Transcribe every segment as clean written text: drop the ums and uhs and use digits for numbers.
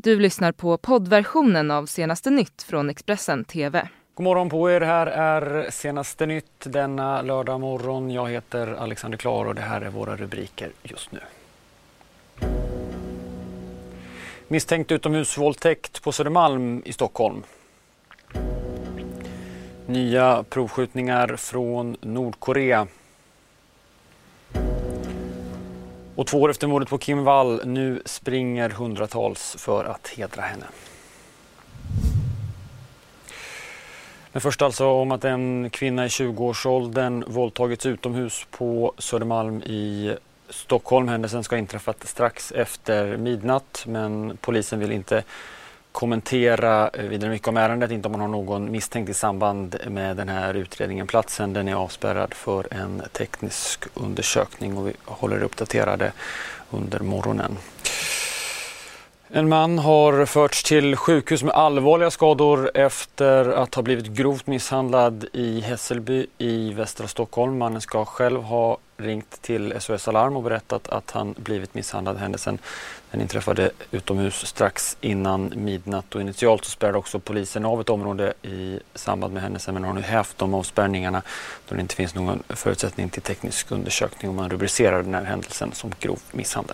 Du lyssnar på poddversionen av Senaste Nytt från Expressen TV. God morgon på er, här är Senaste Nytt denna lördag morgon. Jag heter Alexander Klar och det här är våra rubriker just nu. Misstänkt utomhusvåldtäkt på Södermalm i Stockholm. Nya provskjutningar från Nordkorea. Och 2 år efter mordet på Kim Wall, nu springer hundratals för att hedra henne. Men först alltså om att en kvinna i 20-årsåldern våldtagits utomhus på Södermalm i Stockholm. Händelsen ska ha inträffat strax efter midnatt, men polisen vill inte kommentera vidare mycket om ärendet, inte om man har någon misstänkt i samband med den här utredningen. Platsen den är avspärrad för en teknisk undersökning och vi håller det uppdaterade under morgonen. En man har förts till sjukhus med allvarliga skador efter att ha blivit grovt misshandlad i Hässelby i västra Stockholm. Mannen ska själv ha ringt till SOS Alarm och berättat att han blivit misshandlad. Händelsen den inträffade utomhus strax innan midnatt och initialt så spärrade också polisen av ett område i samband med händelsen, men har nu hävt de avspärrningarna då det inte finns någon förutsättning till teknisk undersökning och man rubricerar den här händelsen som grov misshandel.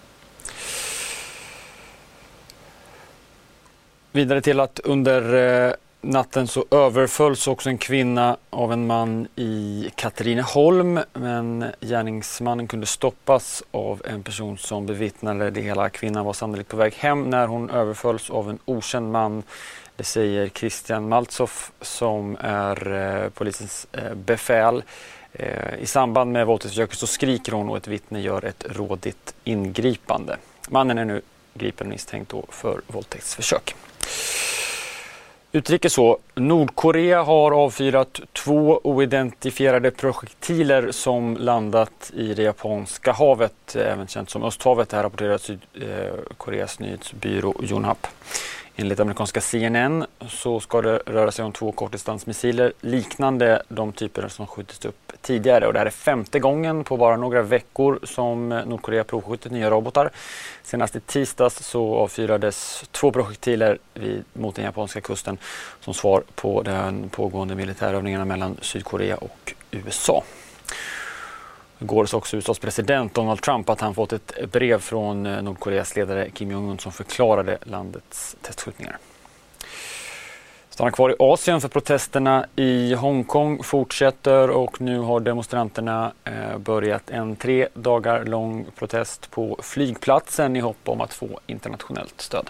Vidare till att under natten så överfölls också en kvinna av en man i Katrineholm, men gärningsmannen kunde stoppas av en person som bevittnade det hela. Kvinnan var sannolikt på väg hem när hon överfölls av en okänd man. Det säger Christian Maltzow som är polisens befäl. I samband med våldtäktsförsöket så skriker hon och ett vittne gör ett rådigt ingripande. Mannen är nu gripen misstänkt för våldtäktsförsök. Utrikes så, Nordkorea har avfyrat 2 oidentifierade projektiler som landat i det japanska havet, även känt som Östhavet. Det här rapporterar Sydkoreas nyhetsbyrå Yonhap. Enligt amerikanska CNN så ska det röra sig om 2 kortdistansmissiler liknande de typer som skjutits upp tidigare. Och det här är 5:e gången på bara några veckor som Nordkorea provskjutit nya robotar. Senast i tisdags så avfyrades 2 projektiler mot den japanska kusten som svar på den pågående militärövningarna mellan Sydkorea och USA. Igår så också USAs president Donald Trump att han fått ett brev från Nordkoreas ledare Kim Jong-un som förklarade landets testskjutningar. Stannar kvar i Asien för protesterna i Hongkong fortsätter och nu har demonstranterna börjat en 3 dagar lång protest på flygplatsen i hopp om att få internationellt stöd.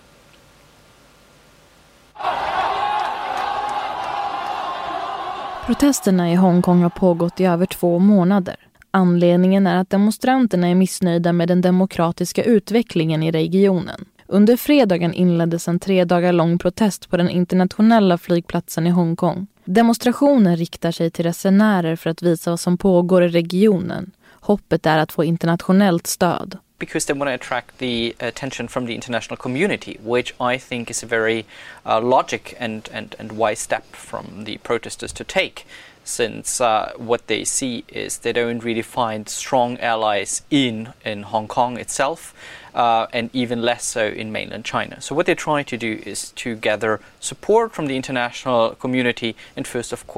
Protesterna i Hongkong har pågått i över 2 månader. Anledningen är att demonstranterna är missnöjda med den demokratiska utvecklingen i regionen. Under fredagen inleddes en 3 dagar lång protest på den internationella flygplatsen i Hongkong. Demonstrationen riktar sig till resenärer för att visa vad som pågår i regionen. Hoppet är att få internationellt stöd. Because they want to attract the attention from the international community, which I think is a very logic and wise step from the protesters to take, since what they see is they don't really find strong allies in Hong Kong itself, and even less so in mainland China. So what they try to do is to gather support from the international community and first of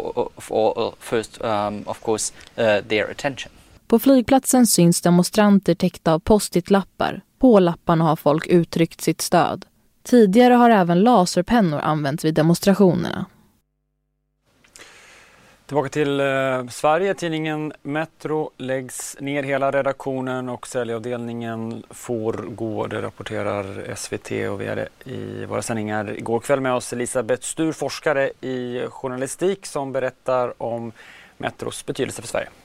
course their attention. På flygplatsen syns demonstranter täckta av post-it-lappar. På lapparna har folk uttryckt sitt stöd. Tidigare har även laserpennor använts vid demonstrationerna. Tillbaka till Sverige. Tidningen Metro läggs ner, hela redaktionen och säljavdelningen får gå. Det rapporterar SVT och vi hade i våra sändningar igår kväll med oss Elisabeth Stur, forskare i journalistik som berättar om Metros betydelse för Sverige.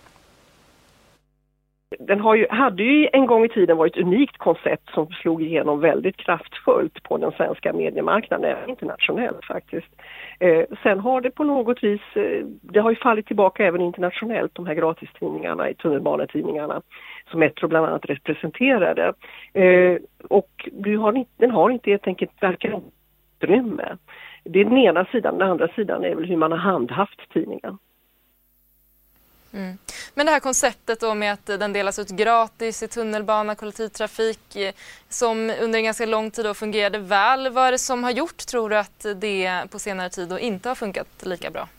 Den hade ju en gång i tiden varit ett unikt koncept som slog igenom väldigt kraftfullt på den svenska mediemarknaden, internationellt faktiskt. Sen har det på något vis, det har ju fallit tillbaka även internationellt, de här gratistidningarna, tunnelbanetidningarna som Metro bland annat representerade. Och den har inte helt enkelt verkar utrymme. Det är den ena sidan, den andra sidan är väl hur man har handhaft tidningen. Mm. Men det här konceptet då med att den delas ut gratis i tunnelbana, kollektivtrafik som under en ganska lång tid då fungerade väl. Vad är det som har gjort, tror du, att det på senare tid då inte har funkat lika bra?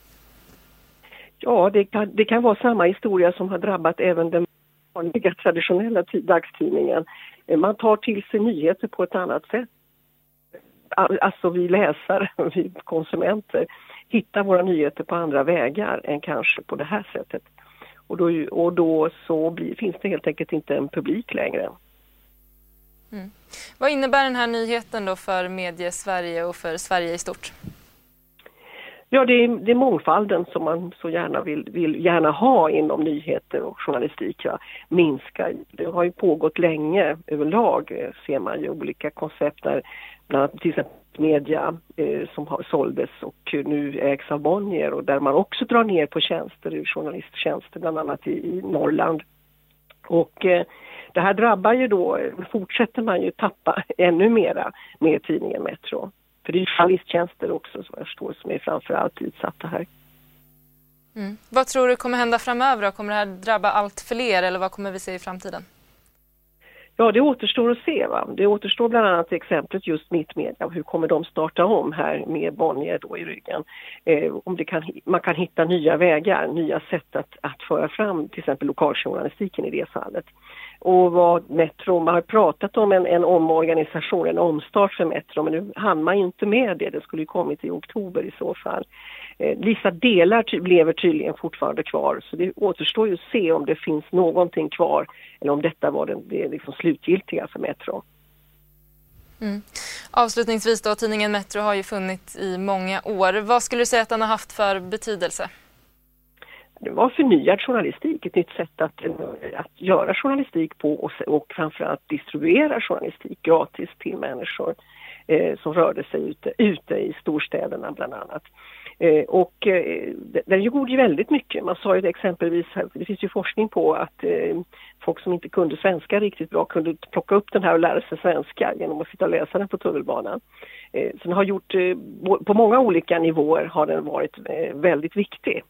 Ja, det kan vara samma historia som har drabbat även den vanliga traditionella dagstidningen. Man tar till sig nyheter på ett annat sätt. Alltså vi läsare, vi konsumenter hittar våra nyheter på andra vägar än kanske på det här sättet. Och då finns det helt enkelt inte en publik längre. Mm. Vad innebär den här nyheten då för Medie-Sverige och för Sverige i stort? Ja, det är mångfalden som man så gärna vill gärna ha inom nyheter och journalistik. Ja, minska. Det har ju pågått länge överlag, ser man ju olika koncept där, bland annat till exempel media som såldes och nu ägs av Bonnier, och där man också drar ner på tjänster, journalisttjänster bland annat i Norrland. Och det här drabbar ju då, fortsätter man ju tappa ännu mera med tidningen Metro. För det är journalisttjänster också som jag förstår som är framförallt utsatta här. Mm. Vad tror du kommer hända framöver då? Kommer det här drabba allt fler eller vad kommer vi se i framtiden? Ja, det återstår att se. Va? Det återstår bland annat exemplet just Mittmedia. Hur kommer de starta om här med Bonnier då i ryggen? Om man kan hitta nya vägar, nya sätt att föra fram till exempel lokaljournalistiken i det fallet. Och vad Metro, man har pratat om en omorganisation, en omstart för Metro, men nu hann man ju inte med det. Det skulle ju kommit i oktober i så fall. Vissa delar lever tydligen fortfarande kvar, så det återstår ju att se om det finns någonting kvar eller om detta var det liksom slutgiltiga för Metro. Mm. Avslutningsvis då, tidningen Metro har ju funnits i många år. Vad skulle du säga att den har haft för betydelse? Det var förnyad journalistik, ett nytt sätt att göra journalistik på och framförallt distribuera journalistik gratis till människor som rörde sig ute i storstäderna bland annat. Den gjorde ju väldigt mycket. Man sa ju det exempelvis, det finns ju forskning på att folk som inte kunde svenska riktigt bra kunde plocka upp den här och lära sig svenska genom att sitta och läsa den på tunnelbanan. Så den har gjort, på många olika nivåer har den varit väldigt viktig.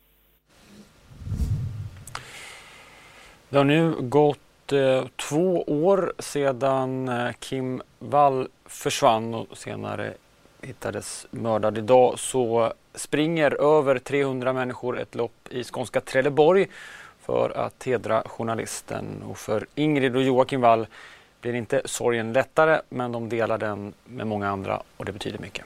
Det har nu gått 2 år sedan Kim Wall försvann och senare hittades mördad. Idag så springer över 300 människor ett lopp i skånska Trelleborg för att hedra journalisten. Och för Ingrid och Joakim Wall blir inte sorgen lättare, men de delar den med många andra och det betyder mycket.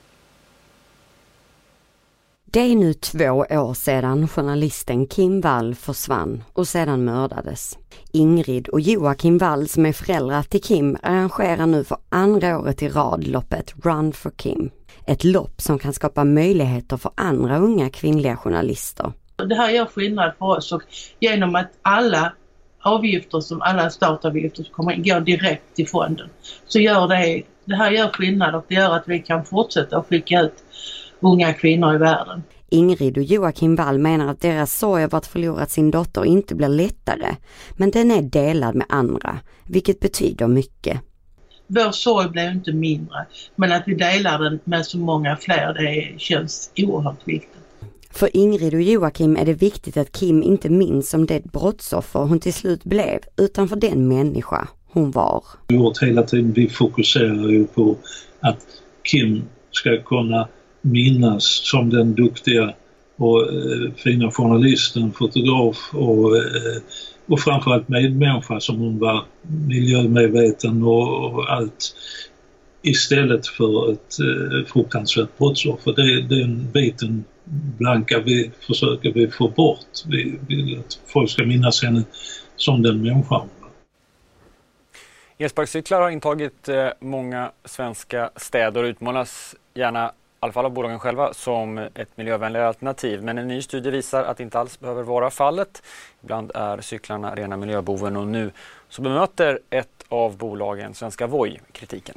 Det är nu 2 år sedan journalisten Kim Wall försvann och sedan mördades. Ingrid och Joakim Wall, som är föräldrar till Kim, arrangerar nu för 2:a året i rad loppet Run for Kim. Ett lopp som kan skapa möjligheter för andra unga kvinnliga journalister. Det här gör skillnad för oss, och genom att alla avgifter som alla startavgifter som kommer in går direkt till fonden, så gör det här gör skillnad, och det gör att vi kan fortsätta att skicka ut unga kvinnor i världen. Ingrid och Joakim Wall menar att deras sorg över att förlora sin dotter inte blir lättare, men den är delad med andra, vilket betyder mycket. Vår sorg blir inte mindre, men att vi delar den med så många fler, det känns oerhört viktigt. För Ingrid och Joakim är det viktigt att Kim inte minns som det brottsoffer hon till slut blev, utan för den människa hon var. Hela tiden vi fokuserar ju på att Kim ska kunna minnas som den duktiga och fina journalisten, fotograf och framförallt medmänniska som hon var, miljömedveten och allt, istället för ett fruktansvärt brottsoffer. Den biten blanka vi försöker få bort. Vi vill att folk ska minnas henne som den människan. Elsparkcyklar har intagit många svenska städer och utmålas gärna, i alla fall av bolagen själva, som ett miljövänligare alternativ. Men en ny studie visar att det inte alls behöver vara fallet. Ibland är cyklarna rena miljöboven, och nu så bemöter ett av bolagen, Svenska Voi, kritiken.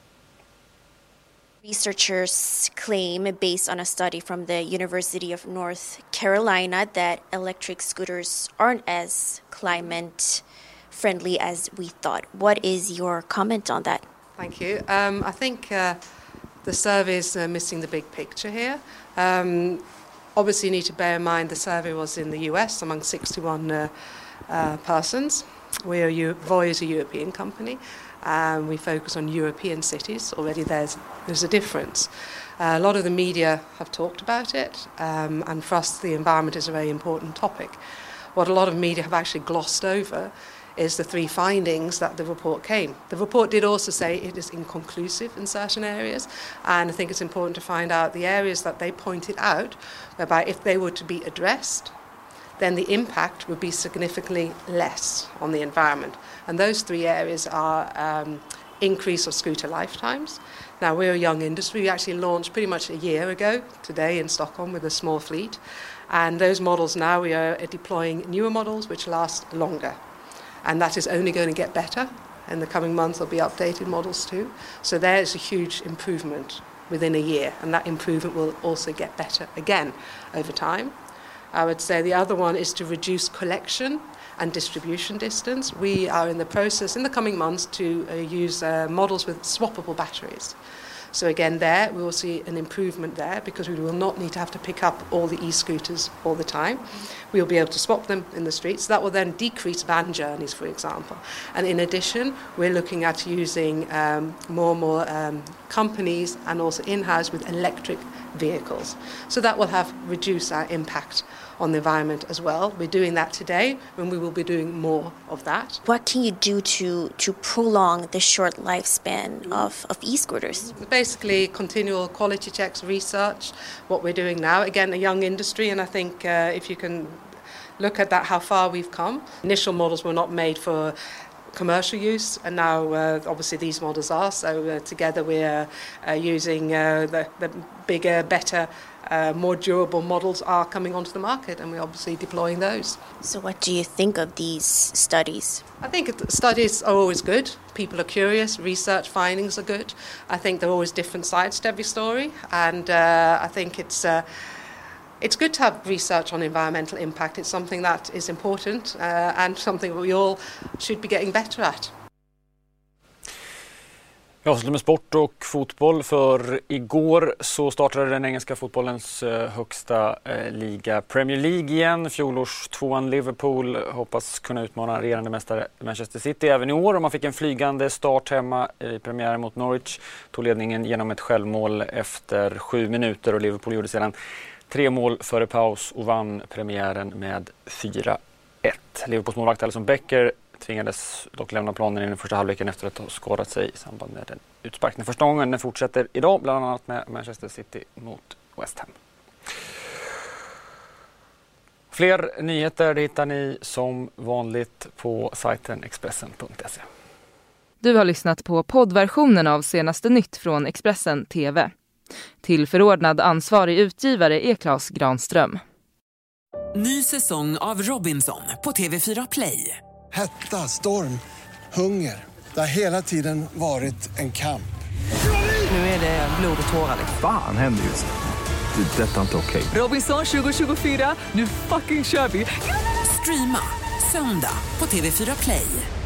Researchers claim, based on a study from the University of North Carolina, that electric scooters aren't as climate friendly as we thought. What is your comment on that? Thank you. I think the survey is missing the big picture here. Obviously, you need to bear in mind the survey was in the US among 61 persons. Voi is a European company. We focus on European cities. Already there's a difference. A lot of the media have talked about it, and for us the environment is a very important topic. What a lot of media have actually glossed over is the 3 findings that the report came. The report did also say it is inconclusive in certain areas, and I think it's important to find out the areas that they pointed out, whereby if they were to be addressed, then the impact would be significantly less on the environment. And those 3 areas are increase of scooter lifetimes. Now, we're a young industry. We actually launched pretty much a year ago today in Stockholm with a small fleet. And those models now, we are deploying newer models which last longer. And that is only going to get better. In the coming months, there'll be updated models too. So there's a huge improvement within a year. And that improvement will also get better again over time. I would say the other one is to reduce collection and distribution distance. We are in the process in the coming months to use models with swappable batteries. So again there we will see an improvement there because we will not need to have to pick up all the e-scooters all the time. We will be able to swap them in the streets. That will then decrease van journeys, for example. And in addition, we're looking at using more and more companies and also in-house with electric vehicles. So that will have reduced our impact on the environment as well. We're doing that today, and we will be doing more of that. What can you do to prolong the short lifespan of e-scooters? Basically, continual quality checks, research, what we're doing now. Again, a young industry, and I think if you can look at that, how far we've come. Initial models were not made for commercial use, and now obviously these models are. So together we're using the bigger, better, more durable models are coming onto the market, and we're obviously deploying those. So what do you think of these studies? I think studies are always good. People are curious. Research findings are good. I think there are always different sides to every story, and I think it's good to have research on environmental impact. It's something that is important and something we all should be getting better at. Jag avslutar med sport och fotboll, för igår så startade den engelska fotbollens högsta liga Premier League igen. Fjolårstvåan Liverpool hoppas kunna utmana regerande mästare Manchester City även i år, och man fick en flygande start hemma i premiären mot Norwich. Tog ledningen genom ett självmål efter 7 minuter, och Liverpool gjorde sedan 3 mål före paus och vann premiären med 4-1. Liverpools målvakt Alisson Becker tvingades dock lämna planen i den första halvleken efter att ha skadat sig i samband med den utsparkningen. Första gången den fortsätter idag, bland annat med Manchester City mot West Ham. Fler nyheter hittar ni som vanligt på sajten Expressen.se. Du har lyssnat på poddversionen av Senaste nytt från Expressen TV. Till förordnad ansvarig utgivare är Claes Granström. Ny säsong av Robinson på TV4 Play. Hetta, storm, hunger. Det har hela tiden varit en kamp. Nu är det blod och tårar. Fan händer just det. Det är detta inte okej. Robinson 2024, nu fucking kör vi. Streama söndag på TV4 Play.